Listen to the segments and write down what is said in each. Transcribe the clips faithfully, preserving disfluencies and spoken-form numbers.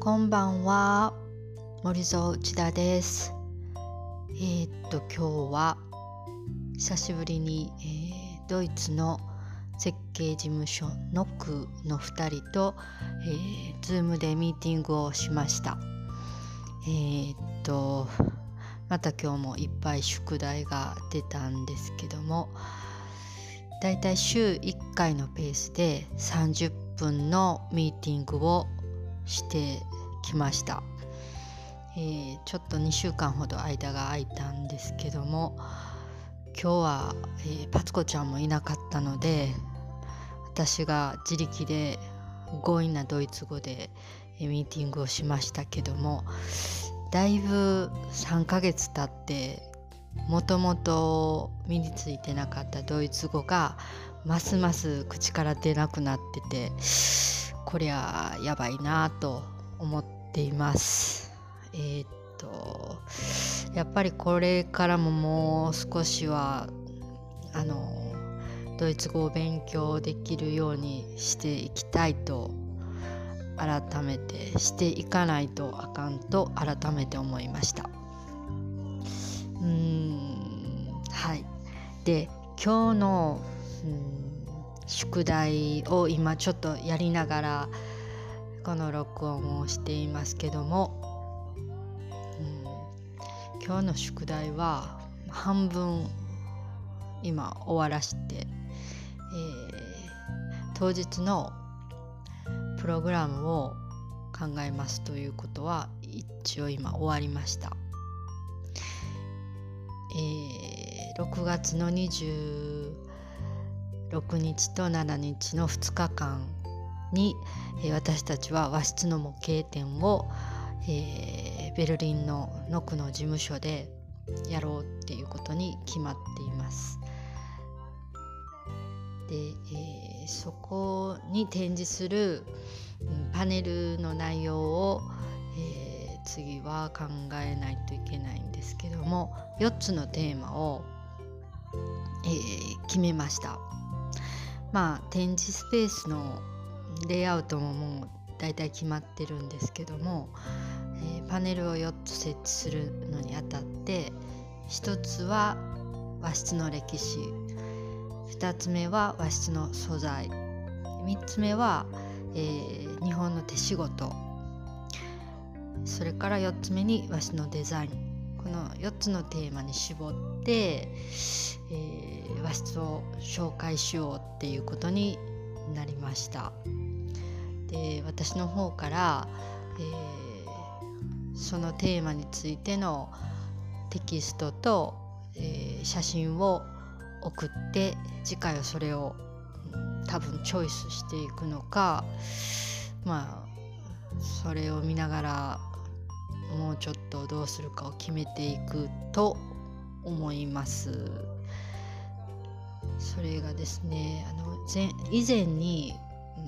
こんばんは、森蔵内田です。えー、っと今日は久しぶりに、えー、ドイツの設計事務所ノックのふたりと、えー、Zoom でミーティングをしました。えー、っとまた今日もいっぱい宿題が出たんですけども、だいたい週いっかいのペースでさんじゅっぷんのミーティングをしてきました。えー、ちょっとにしゅうかんほど間が空いたんですけども、今日は、えー、パツコちゃんもいなかったので、私が自力で強引なドイツ語で、えー、ミーティングをしましたけども、だいぶさんかげつ経ってもともと身についてなかったドイツ語がますます口から出なくなってて、こりゃやばいなと思っています。えー、っとやっぱりこれからももう少しはあのドイツ語を勉強できるようにしていきたいと改めてしていかないとあかんと改めて思いました。うーんはいで今日のうん宿題を今ちょっとやりながらこの録音をしていますけども、うん、今日の宿題は半分今終わらして、えー、当日のプログラムを考えますということは一応今終わりました。えー、ろくがつのにじゅうろくにちとしちにちのふつかかんに、えー、私たちは和室の模型展を、えー、ベルリンのノクの事務所でやろうっていうことに決まっています。で、えー、そこに展示する、うん、パネルの内容を、えー、次は考えないといけないんですけども、よっつのテーマを、えー、決めました。まあ展示スペースのレイアウトももうだいたい決まってるんですけども、えー、パネルをよっつ設置するのにあたって、ひとつは和室の歴史、ふたつめは和室の素材、みっつめは、えー、日本の手仕事、それからよっつめに和室のデザイン、このよっつのテーマに絞って、えー、和室を紹介しようっていうことになりました。で、私の方から、えー、そのテーマについてのテキストと、えー、写真を送って、次回はそれを、うん、多分チョイスしていくのか、まあそれを見ながらもうちょっとどうするかを決めていくと思います。それがですね、あの前以前に、うん、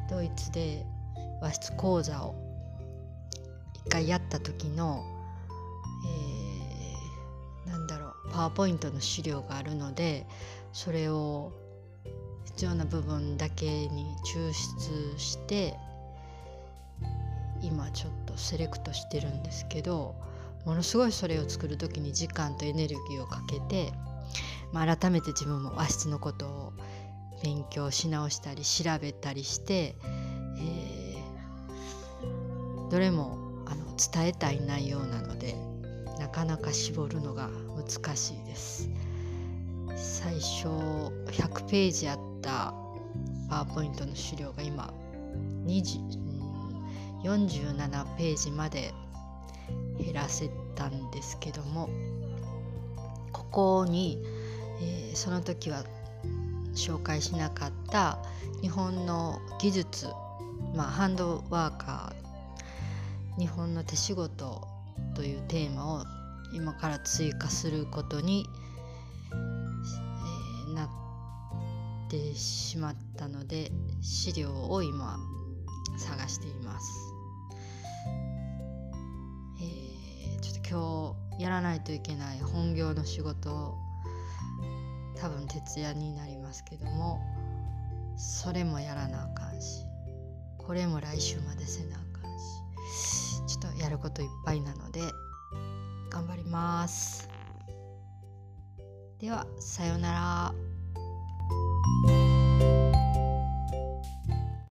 ドイツで和室講座を一回やった時の、えー、なんだろうパワーポイントの資料があるので、それを必要な部分だけに抽出して今ちょっとセレクトしてるんですけど、ものすごいそれを作る時に時間とエネルギーをかけて、まあ、改めて自分も和室のことを勉強し直したり調べたりして、えー、どれもあの伝えたい内容なのでなかなか絞るのが難しいです。最初ひゃくページあったパワーポイントの資料が今にじゅう、よんじゅうななページまで減らせたんですけども、ここに、えー、その時は紹介しなかった日本の技術、まあ、ハンドワーカー、日本の手仕事というテーマを今から追加することに、えー、なってしまったので、資料を今探しています。えー、ちょっと今日やらないといけない本業の仕事、多分徹夜になりますけども、それもやらなあかんし、これも来週までせなあかんやることいっぱいなので頑張ります。ではさようなら。